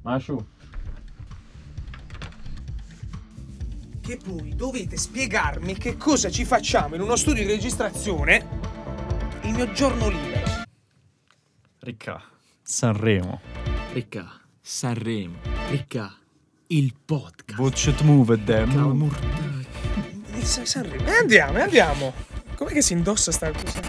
Mashu. Che poi dovete spiegarmi che cosa ci facciamo in uno studio di registrazione il mio giorno libero. Ricca, Sanremo. Ricca, Sanremo. Ricca, il podcast. Butch move them. Sanremo. Andiamo. Com'è che si indossa sta cosa?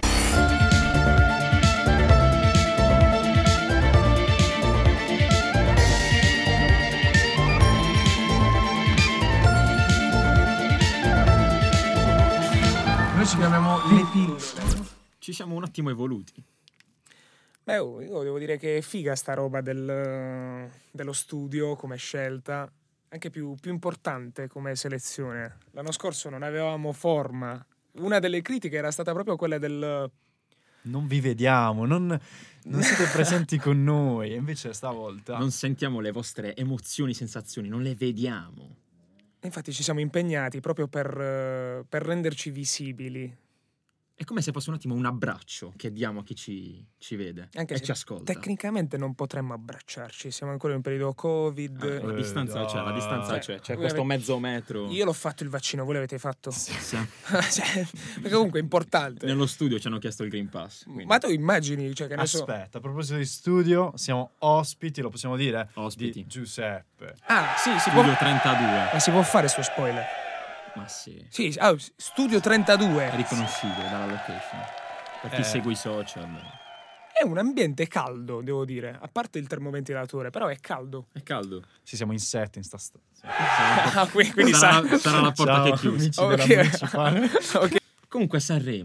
Noi ci chiamiamo le pillole. Ci siamo un attimo evoluti. Beh, io devo dire che è figa sta roba dello studio come scelta, anche più importante come selezione. L'anno scorso non avevamo forma. Una delle critiche era stata proprio quella del... Non vi vediamo, non siete presenti con noi. E invece stavolta... Non sentiamo le vostre emozioni, sensazioni, non le vediamo. Infatti ci siamo impegnati proprio per renderci visibili. È come se fosse un attimo un abbraccio che diamo a chi ci vede Anche e se ci ascolta. Tecnicamente non potremmo abbracciarci, siamo ancora in periodo Covid. La distanza c'è, la distanza c'è. C'è questo mezzo metro. Io l'ho fatto il vaccino, voi l'avete fatto? Sì. Cioè, perché comunque è importante. Nello studio ci hanno chiesto il Green Pass. Ma tu immagini, cioè che ne so... Aspetta, a proposito di studio, siamo ospiti, lo possiamo dire? Ospiti. Di Giuseppe. Ah, sì, si può... Studio 32. Ma si può fare sto spoiler? Ma sì. Sì, Studio 32. È riconoscibile dalla location. Per chi segue i social. È un ambiente caldo, devo dire. A parte il termoventilatore, però è caldo. È caldo. Sì, siamo in set in sta sì. Ah, quindi sarà la porta Ciao, che è chiusa. amici Ok. della municipale. Ok. Comunque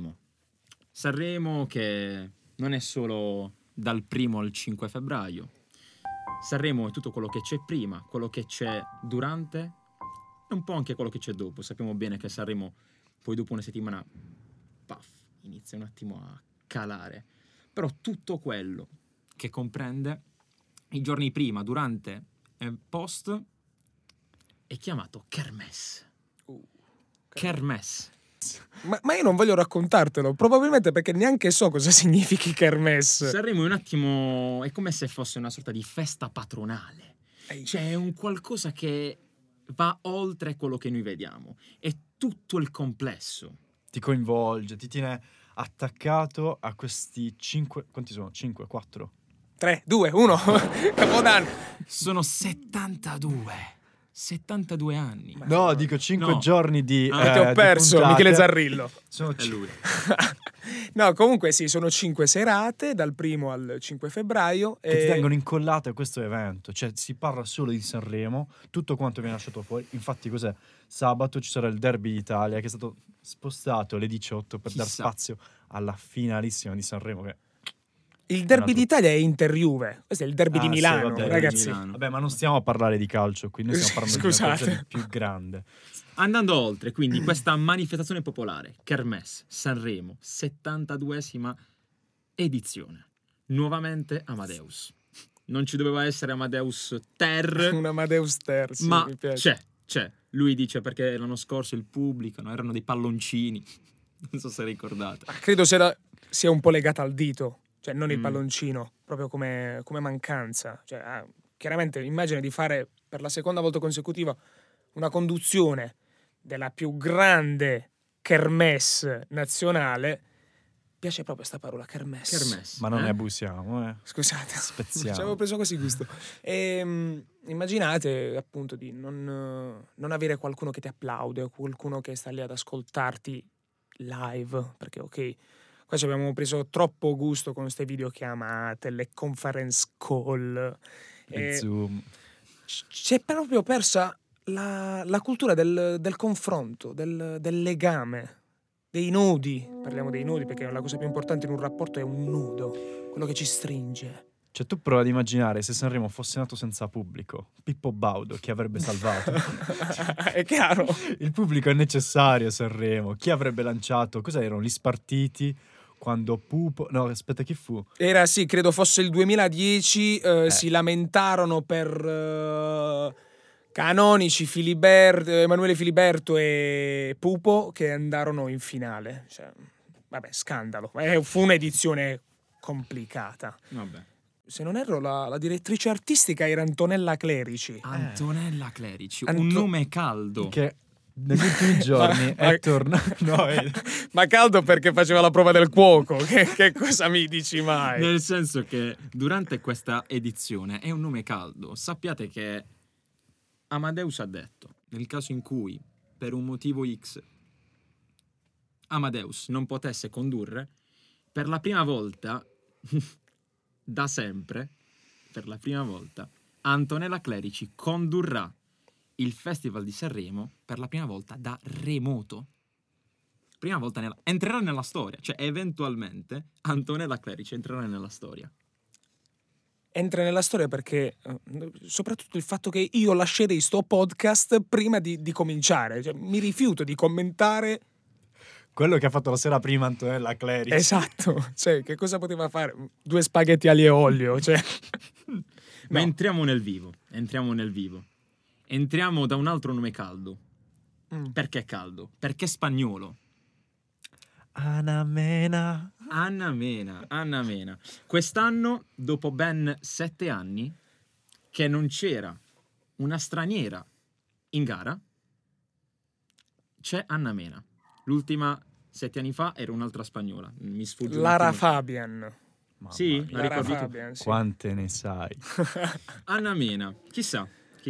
Sanremo che non è solo dal 1 al 5 febbraio. Sanremo è tutto quello che c'è prima, quello che c'è durante e un po' anche quello che c'è dopo. Sappiamo bene che Sanremo poi dopo una settimana inizia un attimo a calare. Però tutto quello che comprende i giorni prima, durante e post è chiamato Kermesse. Kermesse. Ma io non voglio raccontartelo, probabilmente perché neanche so cosa significhi kermesse. Sanremo è un attimo, è come se fosse una sorta di festa patronale. Cioè è un qualcosa che va oltre quello che noi vediamo. È tutto il complesso. Ti coinvolge, ti tiene attaccato a questi 5... Quanti sono? 5, 4? 3, 2, 1, Capodanno. Sono 72 anni. No, dico 5 No. giorni di Ti ho di perso, puntate. Michele Zarrillo. Sono È lui. No, comunque sì, sono 5 serate, dal 1 al 5 febbraio. che ti tengono incollate a questo evento. Cioè si parla solo di Sanremo, tutto quanto viene lasciato fuori. Infatti cos'è? Sabato ci sarà il Derby d'Italia che è stato spostato alle 18 per dar Chissà. spazio alla finalissima di Sanremo che... Il derby d'Italia è Inter-Juve. Questo è il derby di sì, Milano, vabbè, ragazzi. di Milano. Vabbè, ma non stiamo a parlare di calcio qui, noi stiamo parlando di una cosa Scusate. di più grande. Andando oltre, quindi questa manifestazione popolare, Kermesse, Sanremo, 72esima edizione. Nuovamente Amadeus. Non ci doveva essere Amadeus Ter, Un Amadeus Terzi, ma mi piace. c'è. Lui dice perché l'anno scorso il pubblico erano dei palloncini. Non so se ricordate. Credo sia un po' legata al dito, cioè non il palloncino, proprio come mancanza. Cioè, chiaramente immagina di fare per la seconda volta consecutiva una conduzione della più grande kermesse nazionale. Piace proprio sta parola, kermesse. Kermesse. Ma non ne abusiamo, Scusate, Spezziamo. ci avevo preso così gusto. Immaginate appunto di non avere qualcuno che ti applaude o qualcuno che sta lì ad ascoltarti live, perché ok, qua ci abbiamo preso troppo gusto con queste videochiamate, le conference call. Zoom. C'è proprio persa la cultura del confronto, del legame, dei nodi. Parliamo dei nodi perché la cosa più importante in un rapporto è un nodo, quello che ci stringe. Cioè tu prova ad immaginare se Sanremo fosse nato senza pubblico, Pippo Baudo chi avrebbe salvato? È chiaro. Il pubblico è necessario a Sanremo, chi avrebbe lanciato? Cosa erano gli spartiti quando Pupo... No, aspetta, chi fu? Era sì, credo fosse il 2010, si lamentarono per Canonici, Emanuele Filiberto e Pupo che andarono in finale. Cioè, vabbè, scandalo. Fu un'edizione complicata. Vabbè. se non erro, la direttrice artistica era Antonella Clerici. Antonella Clerici, un nome caldo. Che negli ultimi giorni è tornato. Ma caldo perché faceva la prova del cuoco. Che cosa mi dici mai? Nel senso che durante questa edizione è un nome caldo. Sappiate che Amadeus ha detto, nel caso in cui per un motivo X Amadeus non potesse condurre, per la prima volta, da sempre, per la prima volta, Antonella Clerici condurrà il Festival di Sanremo per la prima volta da remoto. Prima volta entrerà nella storia, cioè eventualmente Antonella Clerici entrerà nella storia. Entra nella storia perché soprattutto il fatto che io lascerei sto podcast prima di cominciare, cioè, mi rifiuto di commentare quello che ha fatto la sera prima Antonella Clerici. esatto, cioè che cosa poteva fare? 2 spaghetti ali e olio, cioè. Ma No. entriamo nel vivo. Entriamo da un altro nome caldo. Perché caldo? Perché spagnolo. Anna Mena. Anna Mena. Quest'anno, dopo ben 7 anni, che non c'era una straniera in gara, c'è Anna Mena. L'ultima 7 anni fa era un'altra spagnola. Mi sfugge un Lara attimo. Fabian. Mamma Sì, mia. la Lara ricordi tu? Fabian, sì. Quante ne sai? Anna Mena. Chissà.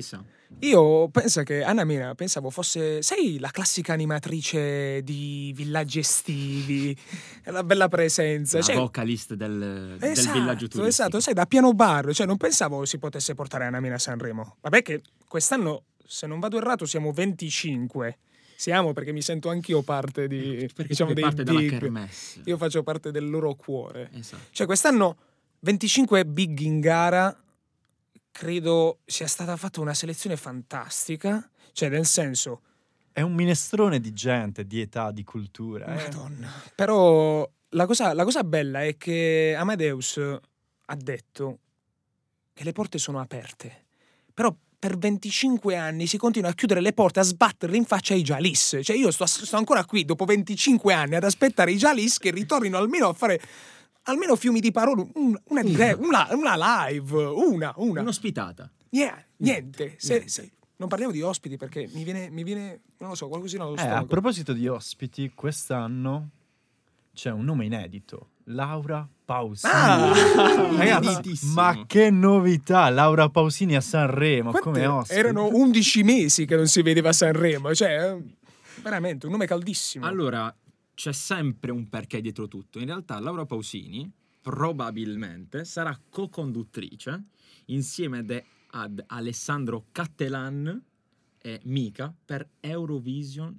Io penso che Anna Mena pensavo fosse, sai, la classica animatrice di villaggi estivi, la bella presenza, La cioè, vocalist del villaggio turistico. esatto, sai, da piano bar, cioè non pensavo si potesse portare Anna Mena a Sanremo. Vabbè che quest'anno, se non vado errato, siamo 25. Siamo perché mi sento anch'io parte di, Perché diciamo, fai dei parte della big. kermesse. Io faccio parte del loro cuore. Esatto. Cioè quest'anno 25 big in gara, credo sia stata fatta una selezione fantastica, cioè nel senso, È un minestrone di gente, di età, di cultura. Madonna. Però la cosa bella è che Amadeus ha detto che le porte sono aperte, però per 25 anni si continua a chiudere le porte, a sbatterle in faccia ai Jalis. Cioè io sto ancora qui dopo 25 anni ad aspettare i Jalis che ritornino almeno a fare almeno fiumi di parole, una live, una. Un'ospitata. Niente. Se non parliamo di ospiti perché mi viene non lo so, qualcosina allo A stomaco. proposito di ospiti, quest'anno c'è un nome inedito. Laura Pausini. Ragazzi, Ineditissimo. ma che novità! Laura Pausini a Sanremo come ospite. Erano 11 mesi che non si vedeva a Sanremo, cioè veramente un nome caldissimo. Allora, c'è sempre un perché dietro tutto. In realtà Laura Pausini probabilmente sarà co-conduttrice insieme ad Alessandro Cattelan e Mika per Eurovision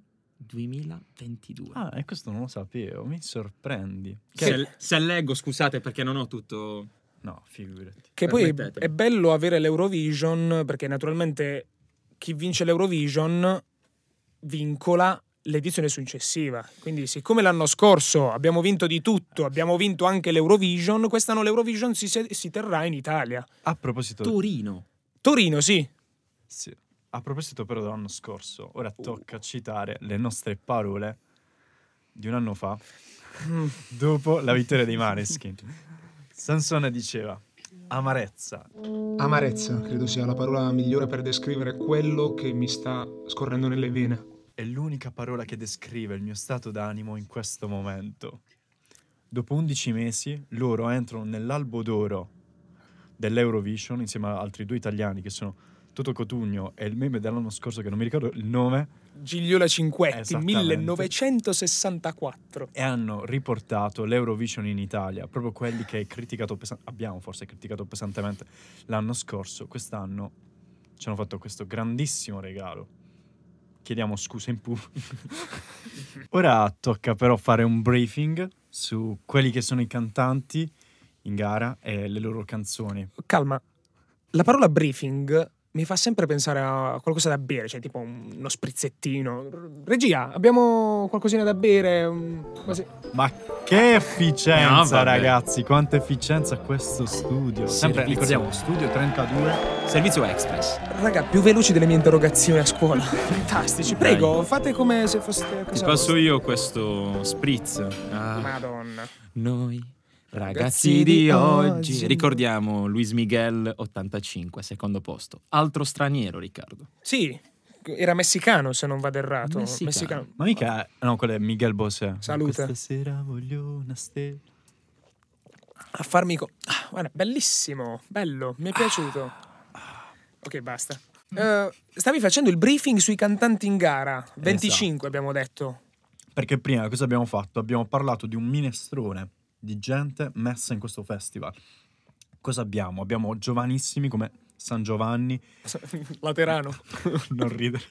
2022. Ah, e questo non lo sapevo, mi sorprendi. Se leggo, scusate perché non ho tutto... No, figurati. Che poi Permettetemi. è bello avere l'Eurovision perché naturalmente chi vince l'Eurovision vincola l'edizione successiva. Quindi siccome l'anno scorso abbiamo vinto di tutto, abbiamo vinto anche l'Eurovision, quest'anno l'Eurovision si terrà in Italia. A proposito... Torino, sì. Sì. A proposito però dell'anno scorso, ora tocca citare le nostre parole di un anno fa, dopo la vittoria dei Maneskin. Sansone diceva: amarezza. Amarezza, credo sia la parola migliore per descrivere quello che mi sta scorrendo nelle vene. È l'unica parola che descrive il mio stato d'animo in questo momento. Dopo 11 mesi loro entrano nell'albo d'oro dell'Eurovision insieme a altri 2 italiani che sono Toto Cotugno e il meme dell'anno scorso che non mi ricordo il nome, Gigliola Cinquetti, Esattamente. 1964. e hanno riportato l'Eurovision in Italia, proprio quelli che abbiamo forse criticato pesantemente l'anno scorso. Quest'anno ci hanno fatto questo grandissimo regalo. Chiediamo scusa in pubblico. Ora tocca però fare un briefing su quelli che sono i cantanti in gara e le loro canzoni. Calma, la parola briefing mi fa sempre pensare a qualcosa da bere, cioè tipo uno sprizzettino. Regia, abbiamo qualcosina da bere? Così. Ma che efficienza, No, vabbè. ragazzi, quanta efficienza questo studio. Sempre Servizio. ricordiamo, studio 32. Servizio Express. Raga, più veloci delle mie interrogazioni a scuola. Fantastici. Prego, fate come se foste a Ti casa passo vostra. io questo spritz. Madonna. Noi Ragazzi di oggi. Ricordiamo Luis Miguel 85, secondo posto. Altro straniero, Riccardo. Sì, era messicano se non vado errato. Messicano. Ma mica... No, quello è Miguel Bosé. Salute. Questa sera voglio una stella. A farmi... guarda, bellissimo, bello, mi è piaciuto. Ok, basta. Stavi facendo il briefing sui cantanti in gara. 25 abbiamo detto. Perché prima cosa abbiamo fatto? Abbiamo parlato di un minestrone di gente messa in questo festival. Cosa abbiamo? Abbiamo giovanissimi come San Giovanni. Laterano. Non ridere.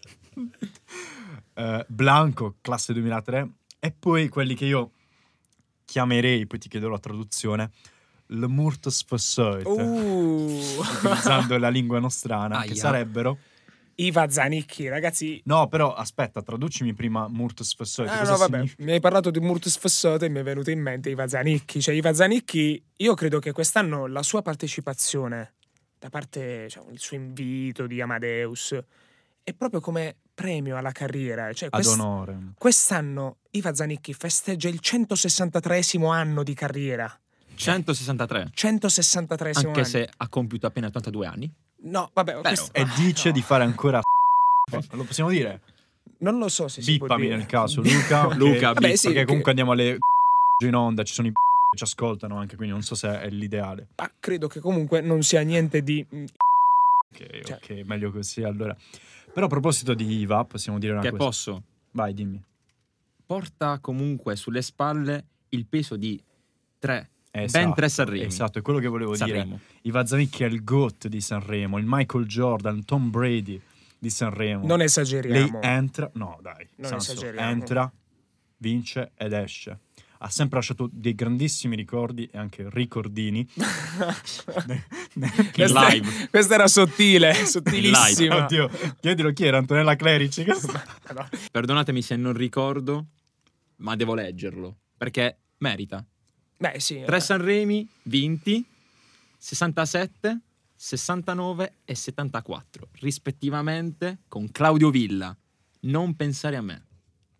Blanco, classe 2003. E poi quelli che io chiamerei, poi ti chiederò la traduzione, le Murtos Fossoit, utilizzando la lingua nostrana, che sarebbero... Iva Zanicchi, ragazzi. No, però aspetta, traducimi prima Murtos Fossoit. No, vabbè, mi hai parlato di Murtos Fossoit e mi è venuto in mente Iva Zanicchi. Cioè, Iva Zanicchi, io credo che quest'anno la sua partecipazione, da parte, cioè, il suo invito di Amadeus, è proprio come premio alla carriera. Cioè, ad onore. Quest'anno Iva Zanicchi festeggia il 163esimo anno di carriera. 163. 163esimo anno. Anche se ha compiuto appena 82 anni. No, vabbè. E dice di fare ancora lo possiamo dire? Non lo so se si può Bippami dire. nel caso, Luca. Luca, vabbè, sì, perché comunque andiamo alle in onda, ci sono i che ci ascoltano anche, quindi non so se è l'ideale. Ma credo che comunque non sia niente di... Ok, meglio così allora. Però a proposito di Iva, possiamo dire una Che cosa. posso? Vai, dimmi. Porta comunque sulle spalle il peso di ben Esatto, 3 Sanremi. Esatto, è quello che volevo Sanremo. dire. Iva Zanicchi è il GOAT di Sanremo, il Michael Jordan, Tom Brady di Sanremo. Non Lei esageriamo. entra, no dai, Non Sanso, esageriamo. entra, vince ed esce. Ha sempre lasciato dei grandissimi ricordi e anche ricordini. In live. Questa era sottile, sottilissima. Oddio, chiedilo chi era, Antonella Clerici? No. Perdonatemi se non ricordo, ma devo leggerlo, perché merita. Beh, sì. 3 Sanremi vinti, 67, 69 e 74, rispettivamente con Claudio Villa. Non pensare a me.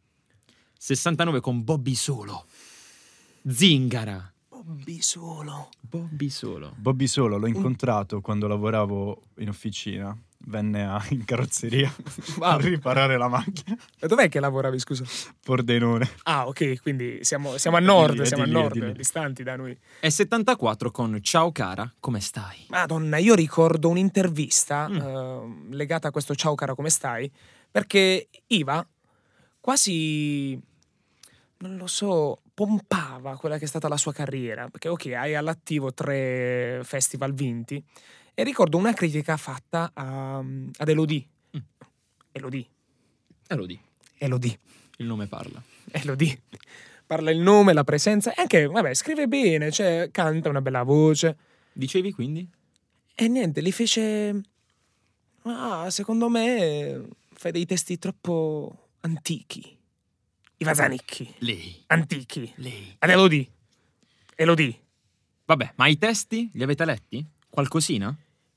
69 con Bobby Solo. Zingara. Bobby Solo. Bobby Solo. Bobby Solo l'ho incontrato quando lavoravo in officina. Venne in carrozzeria a riparare la macchina. E dov'è che lavoravi, scusa? Pordenone. Ah, ok, quindi siamo a nord, È di lì. distanti da noi. E 74 con Ciao cara, come stai? Madonna, io ricordo un'intervista legata a questo Ciao cara, come stai? Perché Iva quasi, non lo so, pompava quella che è stata la sua carriera. Perché ok, hai all'attivo 3 festival vinti. E ricordo una critica fatta ad Elodie. Elodie. Elodie. Il nome parla. Elodie. Parla il nome, la presenza. E anche, vabbè, scrive bene, cioè canta una bella voce. Dicevi quindi? E niente, li fece... secondo me fai dei testi troppo antichi. Iva Zanicchi. Lei. Antichi. Lei. Ad Elodie. Vabbè, ma i testi li avete letti? Qualcosina?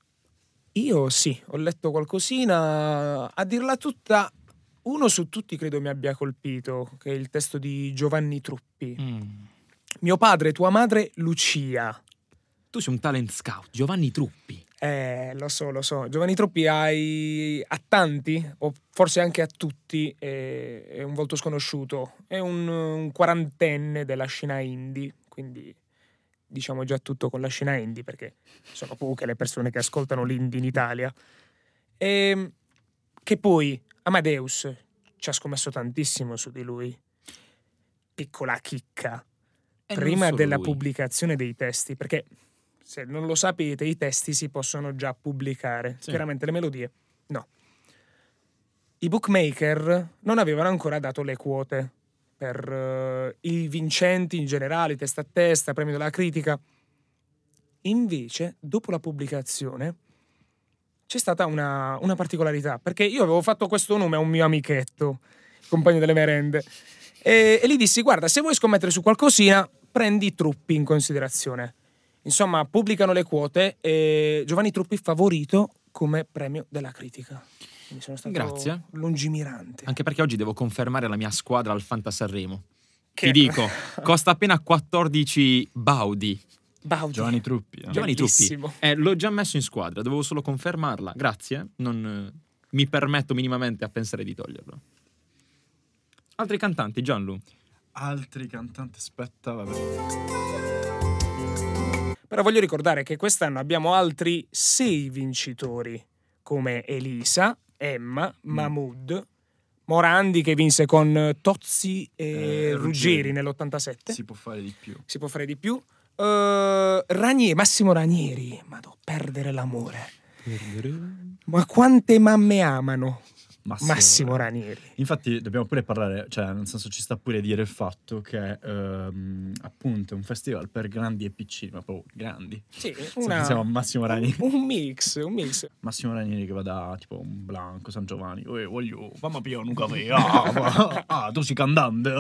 Io sì, ho letto qualcosina. A dirla tutta, uno su tutti credo mi abbia colpito, che è il testo di Giovanni Truppi. Mio padre, tua madre, Lucia. Tu sei un talent scout, Giovanni Truppi. Lo so. Giovanni Truppi a tanti, o forse anche a tutti, è un volto sconosciuto. È un quarantenne della scena indie, quindi diciamo già tutto con la scena indie, perché sono poche le persone che ascoltano l'indie in Italia. E che poi Amadeus ci ha scommesso tantissimo su di lui. Piccola chicca. E Prima non solo della lui. pubblicazione dei testi, perché se non lo sapete i testi si possono già pubblicare, Sì. chiaramente le melodie no. I bookmaker non avevano ancora dato le quote per i vincenti in generale, testa a testa, premio della critica. Invece, dopo la pubblicazione, c'è stata una particolarità, perché io avevo fatto questo nome a un mio amichetto, compagno delle merende, e gli dissi: guarda, se vuoi scommettere su qualcosina, prendi i Truppi in considerazione. Insomma, pubblicano le quote e Giovanni Truppi favorito come premio della critica. Quindi sono stato Grazie. lungimirante. Anche perché oggi devo confermare la mia squadra al Fanta Sanremo. Ti dico, costa appena 14 baudi. Baudi. Giovanni Truppi. Giovanni Truppi. Bellissimo. L'ho già messo in squadra, dovevo solo confermarla. Grazie, non mi permetto minimamente a pensare di toglierlo. Altri cantanti, Gianlu? Altri cantanti, aspetta, vabbè. Però voglio ricordare che quest'anno abbiamo altri 6 vincitori, come Elisa, Emma, Mahmood, Morandi che vinse con Tozzi e Ruggeri nell'87. Si può fare di più. Si può fare di più. Massimo Ranieri. Madò, perdere l'amore. Ma quante mamme amano Massimo Ranieri. Infatti dobbiamo pure parlare, cioè nel senso ci sta pure dire il fatto che appunto è un festival per grandi e piccini, ma proprio grandi. Sì, Siamo a Massimo Ranieri. un mix. Massimo Ranieri che va da tipo un Blanco, San Giovanni. Voglio, fammi più un caffè. Tu sei cantante.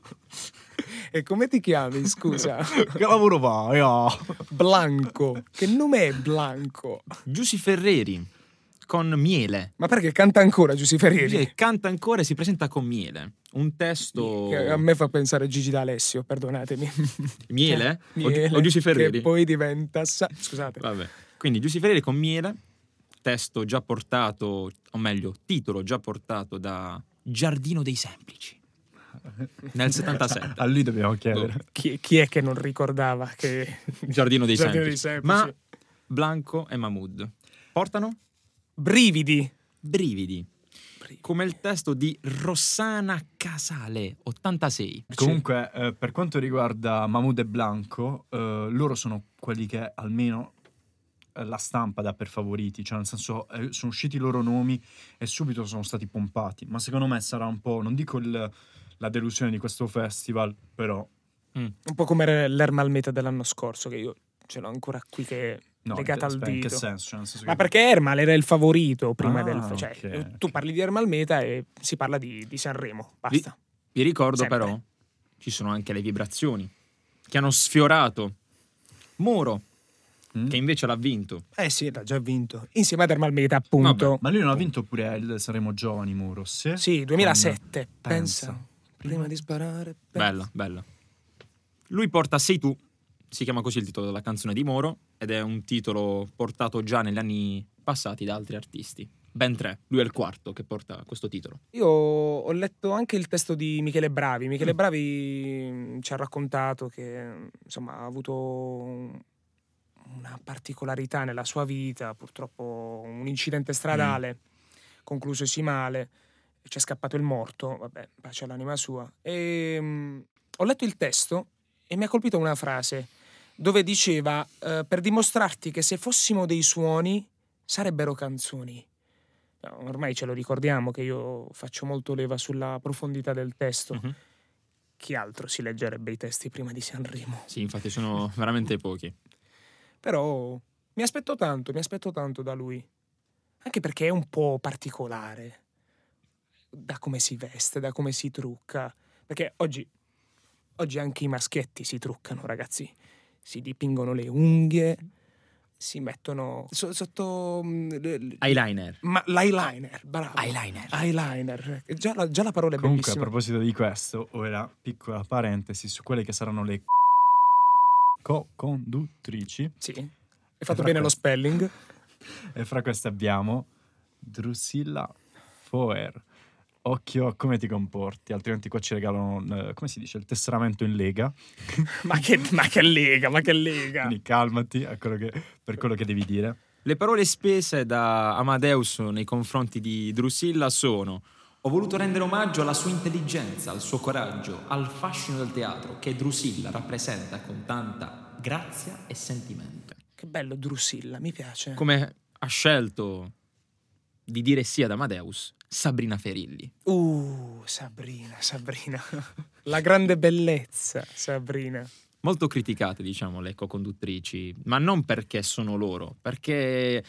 E come ti chiami, scusa? Che lavoro fai? Blanco. Che nome è Blanco? Giussi Ferreri con Miele. Ma perché canta ancora Giussi Ferreri? Lui canta ancora e si presenta con Miele. Un testo... Che a me fa pensare a Gigi D'Alessio, perdonatemi. Miele? Miele, O Giussi Ferreri? che poi diventa... Scusate. Vabbè. Quindi Giussi Ferreri con Miele, testo già portato, o meglio, titolo già portato da Giardino dei Semplici. Nel 77. A lui dobbiamo chiedere. Chi è che non ricordava che... Giardino dei Giardino Semplici. dei Semplici. Ma Blanco e Mahmood portano Brividi. brividi. Come il testo di Rossana Casale, 86. Comunque, per quanto riguarda Mahmood e Blanco, loro sono quelli che almeno la stampa dà per favoriti, cioè nel senso sono usciti i loro nomi e subito sono stati pompati, ma secondo me sarà un po', non dico la delusione di questo festival, però... Un po' come l'Ermal Meta dell'anno scorso, che io ce l'ho ancora qui che è No, legata al in dito. che senso? Cioè, nel senso Ma che... perché Ermal era il favorito prima del... Cioè, ok, tu ok. parli di Ermal Meta e si parla di Sanremo, basta. Vi ricordo Sempre. però, ci sono anche le vibrazioni che hanno sfiorato Moro, che invece l'ha vinto. Sì, l'ha già vinto. Insieme ad Ermal Meta, appunto. Vabbè, Ma lui non ha vinto pure il Saremo Giovani, Muro? Sì, 2007. Pensa. Pensa. Prima di sparare. bella, bella. Lui porta Sei tu, si chiama così il titolo della canzone di Moro, ed è un titolo portato già negli anni passati da altri artisti. Ben 3, lui è il quarto che porta questo titolo. Io ho letto anche il testo di Michele Bravi. Michele Bravi ci ha raccontato che insomma ha avuto una particolarità nella sua vita, purtroppo un incidente stradale conclusosi male, ci è scappato il morto, vabbè, pace all'anima sua. E ho letto il testo e mi ha colpito una frase dove diceva per dimostrarti che se fossimo dei suoni sarebbero canzoni. No, ormai ce lo ricordiamo che io faccio molto leva sulla profondità del testo. Mhm. Chi altro si leggerebbe i testi prima di Sanremo? Sì, infatti sono veramente pochi. Però mi aspetto tanto da lui. Anche perché è un po' particolare. Da come si veste, da come si trucca. Perché oggi anche i maschietti si truccano, ragazzi. Si dipingono le unghie, si mettono sotto... Eyeliner. Ma l'eyeliner, bravo. Eyeliner. Già la parola è Comunque, a bellissima. proposito di questo, ora piccola parentesi su quelle che saranno le co-conduttrici. Sì, hai fatto fra bene lo queste- spelling. E fra queste abbiamo Drusilla Foer. Occhio a come ti comporti, altrimenti qua ci regalano, come si dice, il tesseramento in lega. ma che lega. Quindi calmati per quello che devi dire. Le parole spese da Amadeus nei confronti di Drusilla sono: ho voluto rendere omaggio alla sua intelligenza, al suo coraggio, al fascino del teatro che Drusilla rappresenta con tanta grazia e sentimento. Che bello Drusilla, mi piace. Come ha scelto di dire sì ad Amadeus Sabrina Ferilli. Sabrina. La grande bellezza, Sabrina. Molto criticate, diciamo, le co-conduttrici, ma non perché sono loro, perché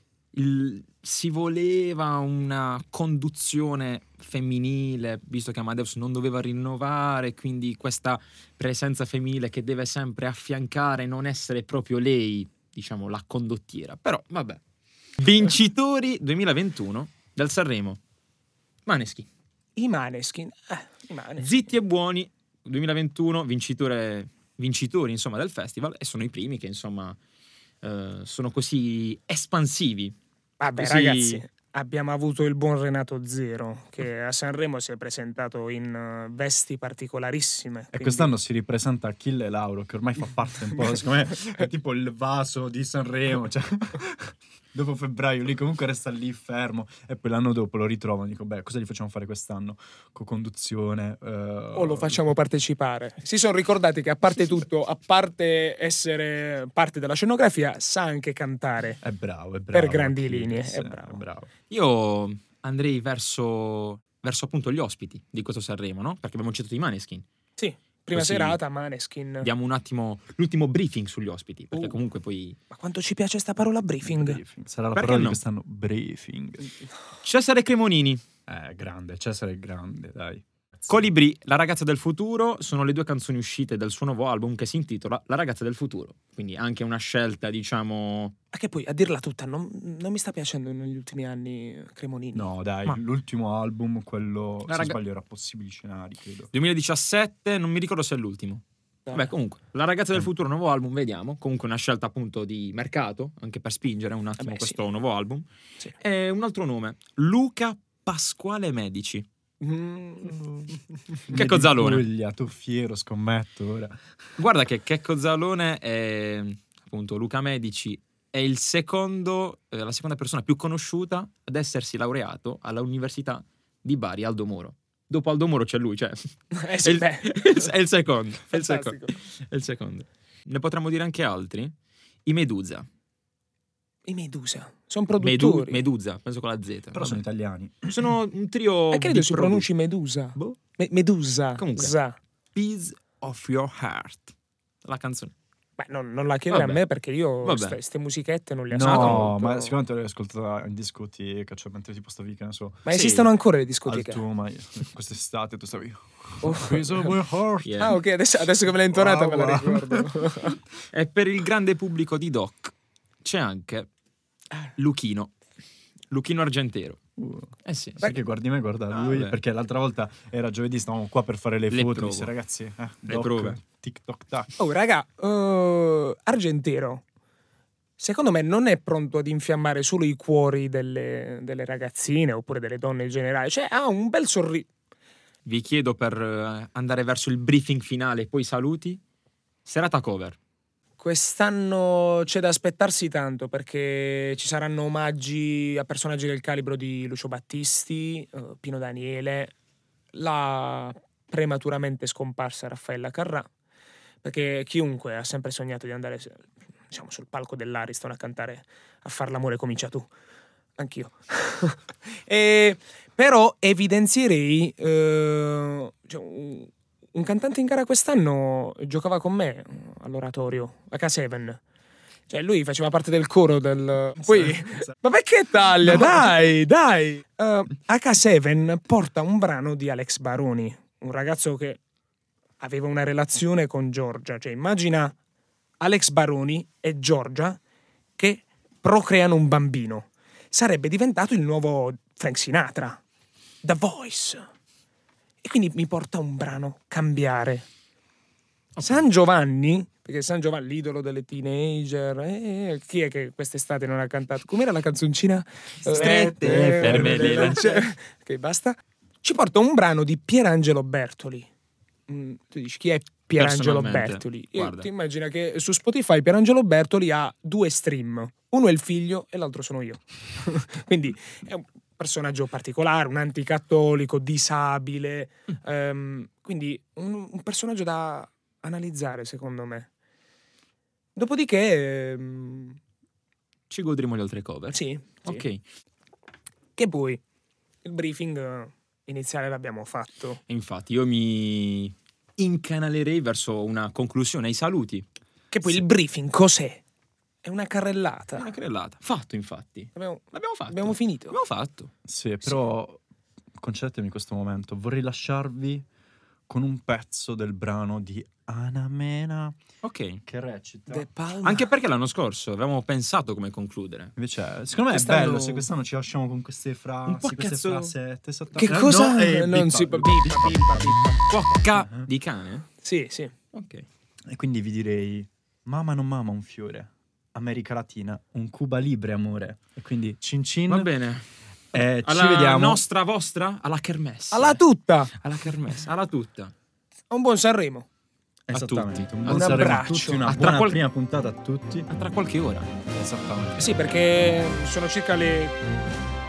si voleva una conduzione femminile, visto che Amadeus non doveva rinnovare, quindi questa presenza femminile che deve sempre affiancare, non essere proprio lei, diciamo, la condottiera. Però, vabbè. Vincitori 2021 del Sanremo. Maneskin. I Maneskin. Zitti e buoni 2021 vincitori insomma del festival, e sono i primi che insomma sono così espansivi. Vabbè, Così- ragazzi, abbiamo avuto il buon Renato Zero, che a Sanremo si è presentato in vesti particolarissime. E quindi- quest'anno si ripresenta Achille Lauro, che ormai fa parte un po', secondo me, è tipo il vaso di Sanremo, cioè, dopo febbraio lì comunque resta lì fermo, e poi l'anno dopo lo ritrovano, dico, beh, cosa gli facciamo fare quest'anno? Co-conduzione. O lo facciamo partecipare. Si sono ricordati che, a parte tutto, a parte essere parte della scenografia, sa anche cantare. È bravo, è bravo. Per grandi Achille, linee, sì, è bravo. Io andrei verso appunto gli ospiti di questo Sanremo, no? Perché abbiamo citato i Maneskin. Sì, prima Così serata, Maneskin. Diamo un attimo l'ultimo briefing sugli ospiti, perché comunque poi Ma quanto ci piace sta parola briefing. Briefing. Sarà la Perché parola no? di quest'anno, briefing. Cesare Cremonini, Grande, Cesare è grande, dai. Colibri, La ragazza del futuro, sono le due canzoni uscite del suo nuovo album che si intitola La ragazza del futuro. Quindi anche una scelta, diciamo... Ma che poi, a dirla tutta, non mi sta piacendo negli ultimi anni Cremonini. No, dai, Ma- l'ultimo album, quello, La se raga- sbaglio, era Possibili Scenari, credo. 2017, non mi ricordo se è l'ultimo. Vabbè, comunque, La ragazza del futuro, nuovo album, vediamo. Comunque una scelta appunto di mercato, anche per spingere un attimo questo nuovo album. Sì. E un altro nome, Luca Pasquale Medici. Checco Zalone. Puglia, tu fiero, scommetto ora. Guarda che Checco Zalone è appunto Luca Medici è il secondo, la seconda persona più conosciuta ad essersi laureato all'Università di Bari, Aldo Moro. Dopo Aldo Moro c'è lui, cioè Eh sì, beh. è il secondo. È il Fantastico. secondo. È il secondo. Ne potremmo dire anche altri. I Medusa. I Medusa. Sono produttori. Medusa, penso con la Z. Però vabbè. sono italiani. Sono un trio. Credo di si produ- pronunci Medusa. Boh. Medusa. Comunque. Za. Piece of Your Heart. La canzone. Beh, non la chiedere Vabbè. a me, perché io Vabbè. queste musichette non le ascolto No, molto. ma sicuramente l'hai ascoltata in discoteca, cioè mentre tipo stavi, che ne so, Ma Sì. esistono ancora le al discoteche? tuo, ma quest'estate tu stavi... Oh. Piece of my heart. Yeah. Ah, ok, adesso che me l'hai intonata Wow, me la wow. ricordo. E per il grande pubblico di Doc c'è anche Luchino Argentero. Eh sì. Sai che guardi me, guarda Ah, lui, beh. perché l'altra volta era giovedì, stavamo qua per fare le foto, prove. disse ragazzi, Le doc, prove. TikTok tac. Oh, raga, Argentero, secondo me non è pronto ad infiammare solo i cuori delle ragazzine oppure delle donne in generale. Cioè, ha un bel sorriso. Vi chiedo per andare verso il briefing finale e poi saluti. Serata cover. Quest'anno c'è da aspettarsi tanto, perché ci saranno omaggi a personaggi del calibro di Lucio Battisti, Pino Daniele, la prematuramente scomparsa Raffaella Carrà, perché chiunque ha sempre sognato di andare, diciamo, sul palco dell'Ariston a cantare A far l'amore comincia tu. Anch'io. Però evidenzierei cioè, un cantante in gara quest'anno giocava con me all'oratorio, H7. Cioè, lui faceva parte del coro del... Poi... Ma perché taglia? No. Dai! H7 porta un brano di Alex Baroni, un ragazzo che aveva una relazione con Giorgia. Cioè, immagina Alex Baroni e Giorgia che procreano un bambino. Sarebbe diventato il nuovo Frank Sinatra, The Voice. E quindi mi porta un brano, Cambiare. San Giovanni, perché San Giovanni, l'idolo delle teenager, chi è che quest'estate non ha cantato? Com'era la canzoncina? Strette, ferme le lance. Ok, basta. Ci porta un brano di Pierangelo Bertoli. Tu dici, chi è Pierangelo Personalmente, Bertoli? guarda. Ti immagina che su Spotify Pierangelo Bertoli ha 2 stream. Uno è il figlio e l'altro sono io. Quindi è un personaggio particolare, un anticattolico, disabile. Quindi un personaggio da analizzare, secondo me. Dopodiché, Ci godremo le altre cover. sì. Ok. Che poi il briefing iniziale l'abbiamo fatto. E infatti io mi incanalerei verso una conclusione, ai saluti. Che poi il briefing cos'è? È una carrellata. Una crellata. Fatto, infatti. Abbiamo fatto. abbiamo finito. Abbiamo fatto. Sì, però concedetemi questo momento, vorrei lasciarvi con un pezzo del brano di Anamena. Ok. Che recita. De Palma. Anche perché l'anno scorso avevamo pensato come concludere. Invece, secondo me è Quest'anno- bello se quest'anno ci lasciamo con queste frasi, Un po' queste cazzo- frasette. Che cosa? Non bippa, si può. bippa, bippa, bippa. Cocca di cane? Sì, sì. Ok. E quindi vi direi, mama non mama un fiore, America Latina, un Cuba Libre amore. E quindi cin cin. Va bene. Ci Alla vediamo. nostra, vostra, alla kermesse. Alla tutta. Alla kermesse, alla tutta. Un buon Sanremo. Esattamente. tutti. Un Un buon Sanremo a abbraccio. tutti, una A tra buona qual- prima puntata a tutti. Tra qualche ora. Esattamente. Sì, perché sono circa le